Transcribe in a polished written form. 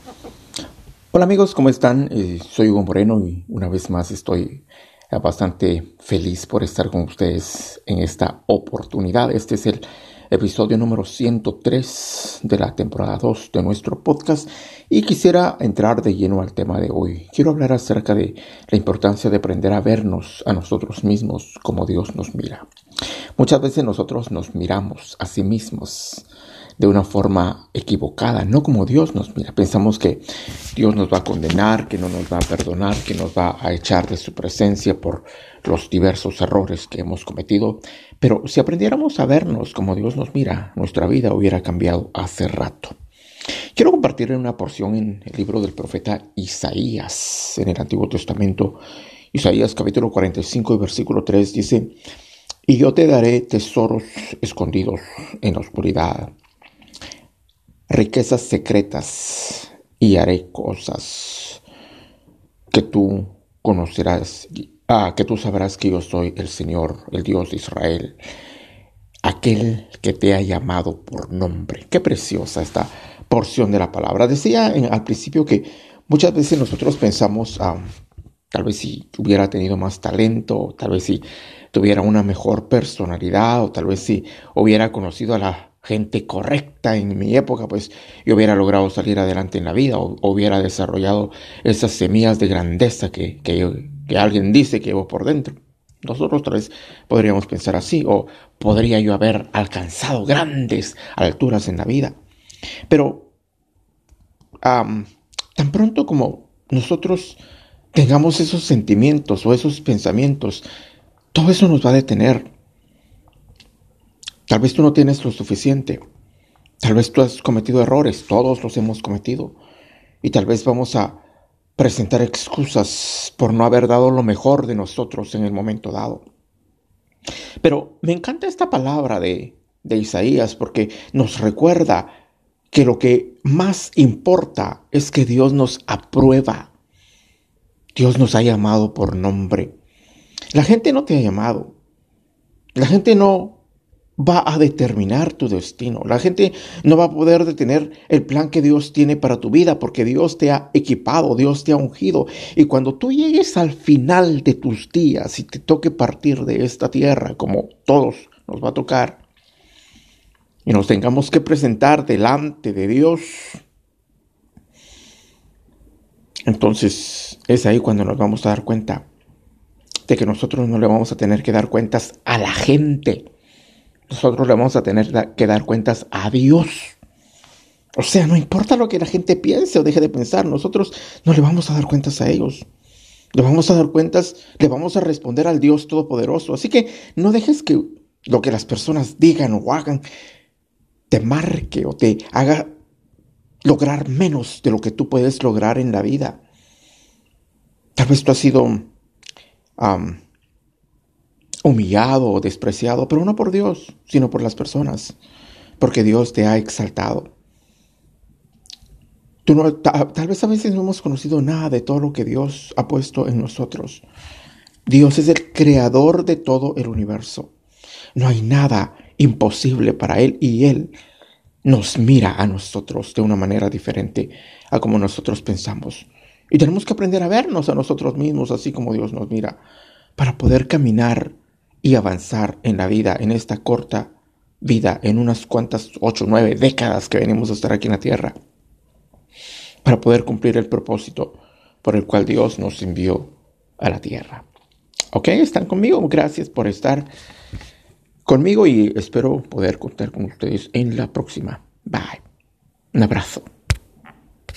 Hola amigos, ¿cómo están? Soy Hugo Moreno y una vez más estoy bastante feliz por estar con ustedes en esta oportunidad. Este es el episodio número 103 de la temporada 2 de nuestro podcast y quisiera entrar de lleno al tema de hoy. Quiero hablar acerca de la importancia de aprender a vernos a nosotros mismos como Dios nos mira. Muchas veces nosotros nos miramos a sí mismos de una forma equivocada, no como Dios nos mira. Pensamos que Dios nos va a condenar, que no nos va a perdonar, que nos va a echar de su presencia por los diversos errores que hemos cometido. Pero si aprendiéramos a vernos como Dios nos mira, nuestra vida hubiera cambiado hace rato. Quiero compartir una porción en el libro del profeta Isaías, en el Antiguo Testamento. Isaías capítulo 45 y versículo 3 dice: "Y yo te daré tesoros escondidos en la oscuridad, riquezas secretas, y haré cosas que tú conocerás, que tú sabrás que yo soy el Señor, el Dios de Israel, aquel que te ha llamado por nombre". Qué preciosa esta porción de la palabra. Decía al principio que muchas veces nosotros pensamos, tal vez si hubiera tenido más talento, tal vez si tuviera una mejor personalidad, o tal vez si hubiera conocido a la gente correcta en mi época, pues yo hubiera logrado salir adelante en la vida, o hubiera desarrollado esas semillas de grandeza que alguien dice que llevo por dentro. Nosotros tal vez podríamos pensar así, o podría yo haber alcanzado grandes alturas en la vida. Pero tan pronto como nosotros tengamos esos sentimientos o esos pensamientos, todo eso nos va a detener. Tal vez tú no tienes lo suficiente. Tal vez tú has cometido errores. Todos los hemos cometido. Y tal vez vamos a presentar excusas por no haber dado lo mejor de nosotros en el momento dado. Pero me encanta esta palabra de Isaías, porque nos recuerda que lo que más importa es que Dios nos aprueba. Dios nos ha llamado por nombre. La gente no te ha llamado. La gente no va a determinar tu destino. La gente no va a poder detener el plan que Dios tiene para tu vida, porque Dios te ha equipado, Dios te ha ungido. Y cuando tú llegues al final de tus días y te toque partir de esta tierra, como todos nos va a tocar, y nos tengamos que presentar delante de Dios, entonces es ahí cuando nos vamos a dar cuenta de que nosotros no le vamos a tener que dar cuentas a la gente. Nosotros le vamos a tener que dar cuentas a Dios. O sea, no importa lo que la gente piense o deje de pensar, nosotros no le vamos a dar cuentas a ellos. Le vamos a dar cuentas, le vamos a responder al Dios Todopoderoso. Así que no dejes que lo que las personas digan o hagan te marque o te haga lograr menos de lo que tú puedes lograr en la vida. Tal vez tú has sido humillado o despreciado, pero no por Dios, sino por las personas, porque Dios te ha exaltado. Tal vez a veces no hemos conocido nada de todo lo que Dios ha puesto en nosotros. Dios es el creador de todo el universo. No hay nada imposible para Él, y Él nos mira a nosotros de una manera diferente a como nosotros pensamos. Y tenemos que aprender a vernos a nosotros mismos así como Dios nos mira, para poder caminar y avanzar en la vida, en esta corta vida, en unas cuantas 8 o 9 décadas que venimos a estar aquí en la tierra, para poder cumplir el propósito por el cual Dios nos envió a la tierra. ¿Ok? ¿Están conmigo? Gracias por estar conmigo y espero poder contar con ustedes en la próxima. Bye. Un abrazo.